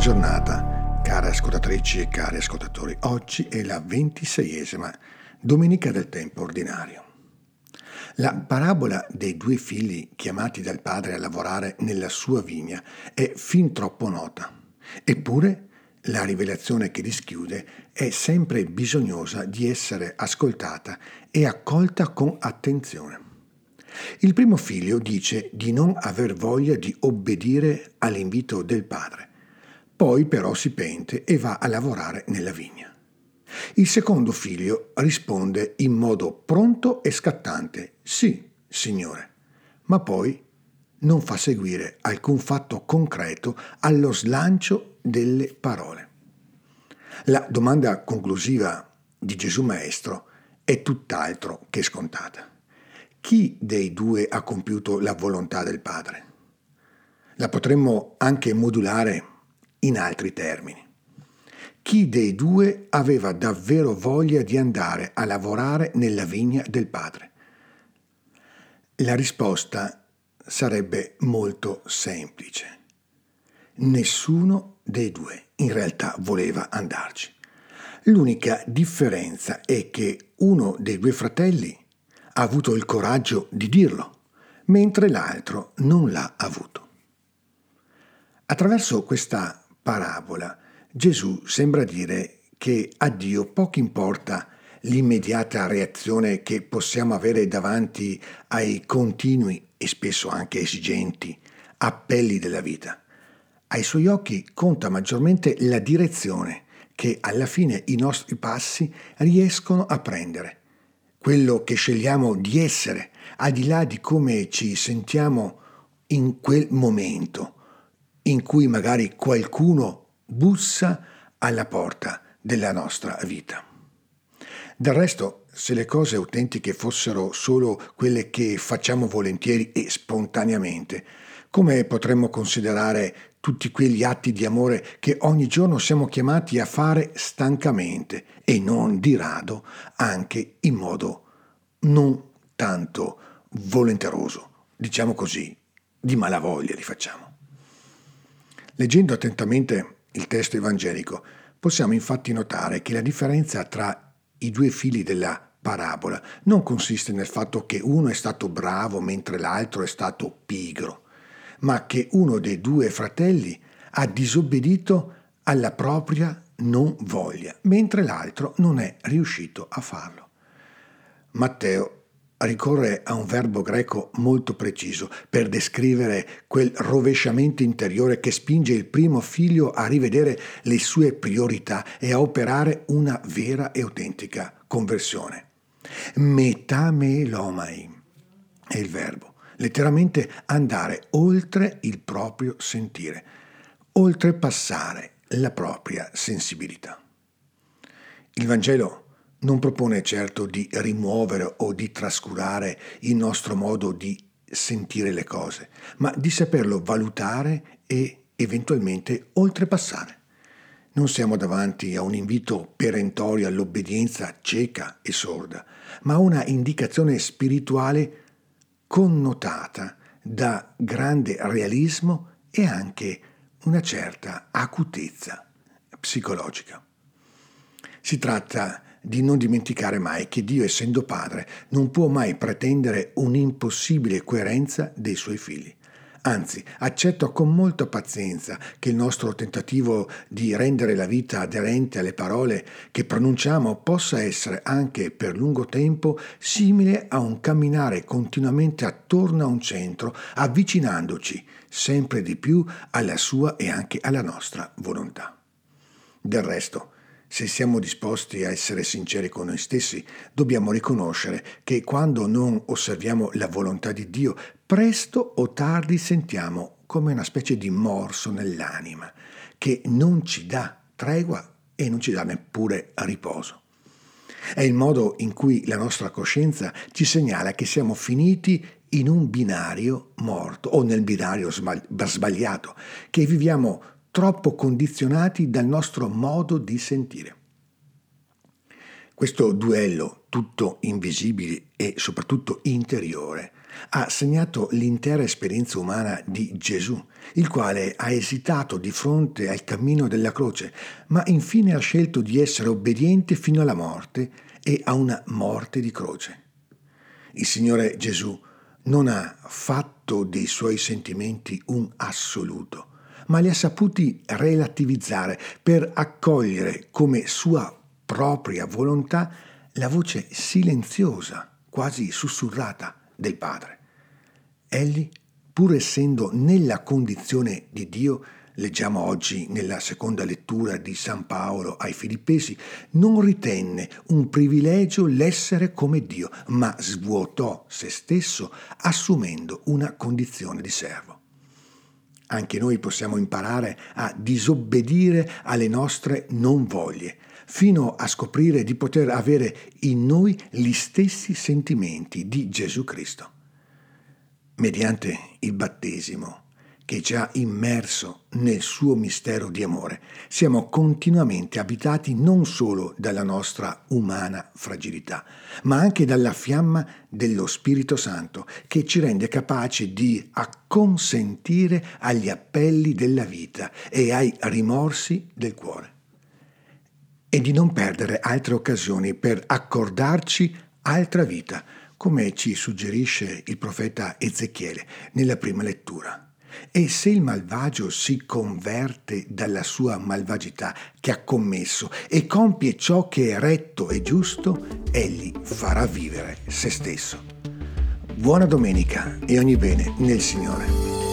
giornata, care ascoltatrici e cari ascoltatori. Oggi è la 26esima domenica del tempo ordinario. La parabola dei due figli chiamati dal padre a lavorare nella sua vigna è fin troppo nota. Eppure la rivelazione che dischiude è sempre bisognosa di essere ascoltata e accolta con attenzione. Il primo figlio dice di non aver voglia di obbedire all'invito del padre. Poi però si pente e va a lavorare nella vigna. Il secondo figlio risponde in modo pronto e scattante: sì, signore, ma poi non fa seguire alcun fatto concreto allo slancio delle parole. La domanda conclusiva di Gesù Maestro è tutt'altro che scontata. Chi dei due ha compiuto la volontà del Padre? La potremmo anche modulare in altri termini. Chi dei due aveva davvero voglia di andare a lavorare nella vigna del Padre? La risposta sarebbe molto semplice. Nessuno dei due in realtà voleva andarci. L'unica differenza è che uno dei due fratelli ha avuto il coraggio di dirlo, mentre l'altro non l'ha avuto. Attraverso questa parabola Gesù sembra dire che a Dio poco importa l'immediata reazione che possiamo avere davanti ai continui e spesso anche esigenti appelli della vita. Ai suoi occhi conta maggiormente la direzione che alla fine i nostri passi riescono a prendere. Quello che scegliamo di essere, al di là di come ci sentiamo in quel momento, in cui magari qualcuno bussa alla porta della nostra vita. Del resto, se le cose autentiche fossero solo quelle che facciamo volentieri e spontaneamente, come potremmo considerare tutti quegli atti di amore che ogni giorno siamo chiamati a fare stancamente e non di rado anche in modo non tanto volenteroso, diciamo così, di malavoglia li facciamo. Leggendo attentamente il testo evangelico, possiamo infatti notare che la differenza tra i due figli della parabola non consiste nel fatto che uno è stato bravo mentre l'altro è stato pigro, ma che uno dei due fratelli ha disobbedito alla propria non voglia, mentre l'altro non è riuscito a farlo. Matteo ricorre a un verbo greco molto preciso per descrivere quel rovesciamento interiore che spinge il primo figlio a rivedere le sue priorità e a operare una vera e autentica conversione. Metamelomai è il verbo, letteralmente andare oltre il proprio sentire, oltrepassare la propria sensibilità. Il Vangelo non propone certo di rimuovere o di trascurare il nostro modo di sentire le cose, ma di saperlo valutare e eventualmente oltrepassare. Non siamo davanti a un invito perentorio all'obbedienza cieca e sorda, ma a una indicazione spirituale connotata da grande realismo e anche una certa acutezza psicologica. Si tratta di non dimenticare mai che Dio, essendo Padre, non può mai pretendere un'impossibile coerenza dei suoi figli. Anzi, accetta con molta pazienza che il nostro tentativo di rendere la vita aderente alle parole che pronunciamo possa essere anche per lungo tempo simile a un camminare continuamente attorno a un centro, avvicinandoci sempre di più alla sua e anche alla nostra volontà. Del resto, se siamo disposti a essere sinceri con noi stessi, dobbiamo riconoscere che quando non osserviamo la volontà di Dio, presto o tardi sentiamo come una specie di morso nell'anima che non ci dà tregua e non ci dà neppure riposo. È il modo in cui la nostra coscienza ci segnala che siamo finiti in un binario morto o nel binario sbagliato, che viviamo troppo condizionati dal nostro modo di sentire. Questo duello tutto invisibile e soprattutto interiore Ha segnato l'intera esperienza umana di Gesù, il quale ha esitato di fronte al cammino della croce, ma infine ha scelto di essere obbediente fino alla morte e a una morte di croce. Il Signore Gesù non ha fatto dei suoi sentimenti un assoluto, ma li ha saputi relativizzare per accogliere come sua propria volontà la voce silenziosa, quasi sussurrata del Padre. Egli, pur essendo nella condizione di Dio, leggiamo oggi nella seconda lettura di San Paolo ai Filippesi, non ritenne un privilegio l'essere come Dio, ma svuotò se stesso assumendo una condizione di servo. Anche noi possiamo imparare a disobbedire alle nostre non voglie, fino a scoprire di poter avere in noi gli stessi sentimenti di Gesù Cristo. Mediante il battesimo, che ci ha immerso nel suo mistero di amore, siamo continuamente abitati non solo dalla nostra umana fragilità, ma anche dalla fiamma dello Spirito Santo, che ci rende capaci di acconsentire agli appelli della vita e ai rimorsi del cuore, e di non perdere altre occasioni per accordarci altra vita, come ci suggerisce il profeta Ezechiele nella prima lettura. E se il malvagio si converte dalla sua malvagità che ha commesso e compie ciò che è retto e giusto, egli farà vivere se stesso. Buona domenica e ogni bene nel Signore.